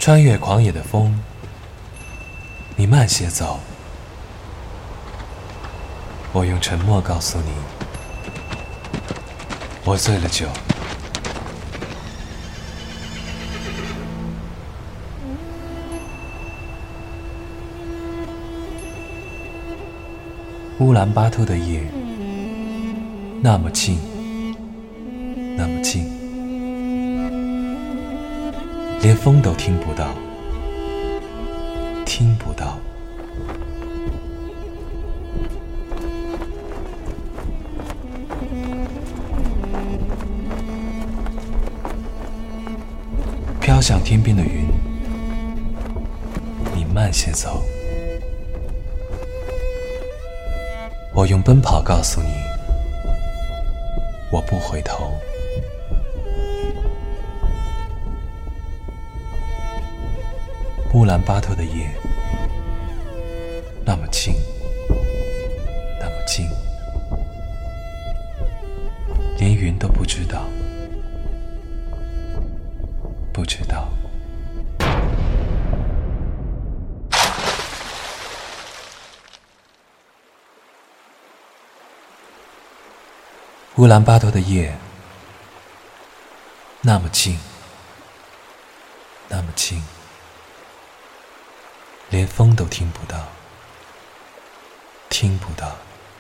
穿越狂野的风，你慢些走。我用沉默告诉你，我醉了酒。乌兰巴托的夜，那么静，那么静，连风都听不到，听不到。飘向天边的云，你慢些走。我用奔跑告诉你，我不回头。乌兰巴托的夜，那么静，那么静，连云都不知道，不知道。乌兰巴托的夜，那么静，那么静，连风都听不到，听不到。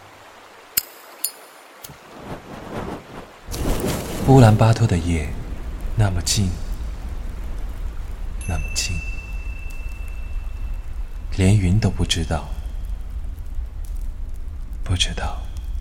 乌兰巴托的夜，那么静，那么静，连云都不知道，不知道。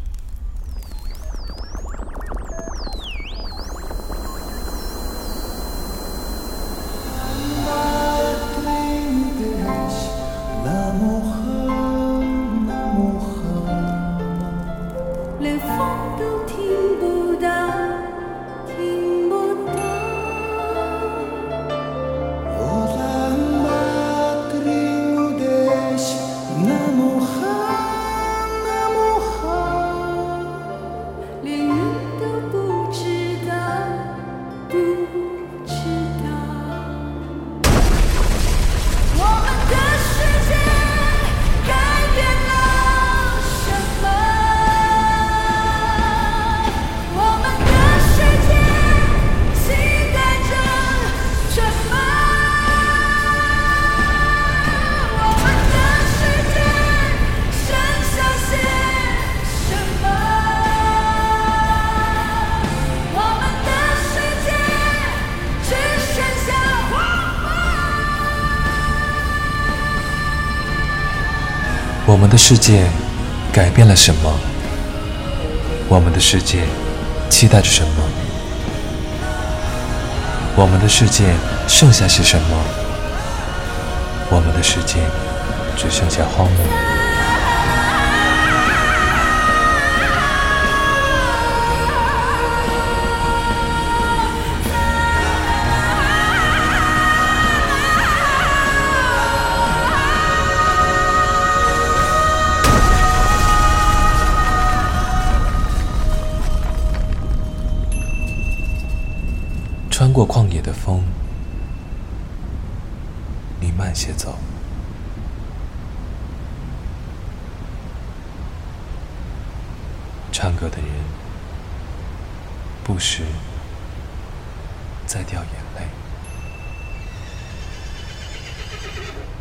我们的世界改变了什么？我们的世界期待着什么？我们的世界剩下些什么？我们的世界只剩下荒漠。穿过旷野的风，你慢些走。唱歌的人不时在掉眼泪。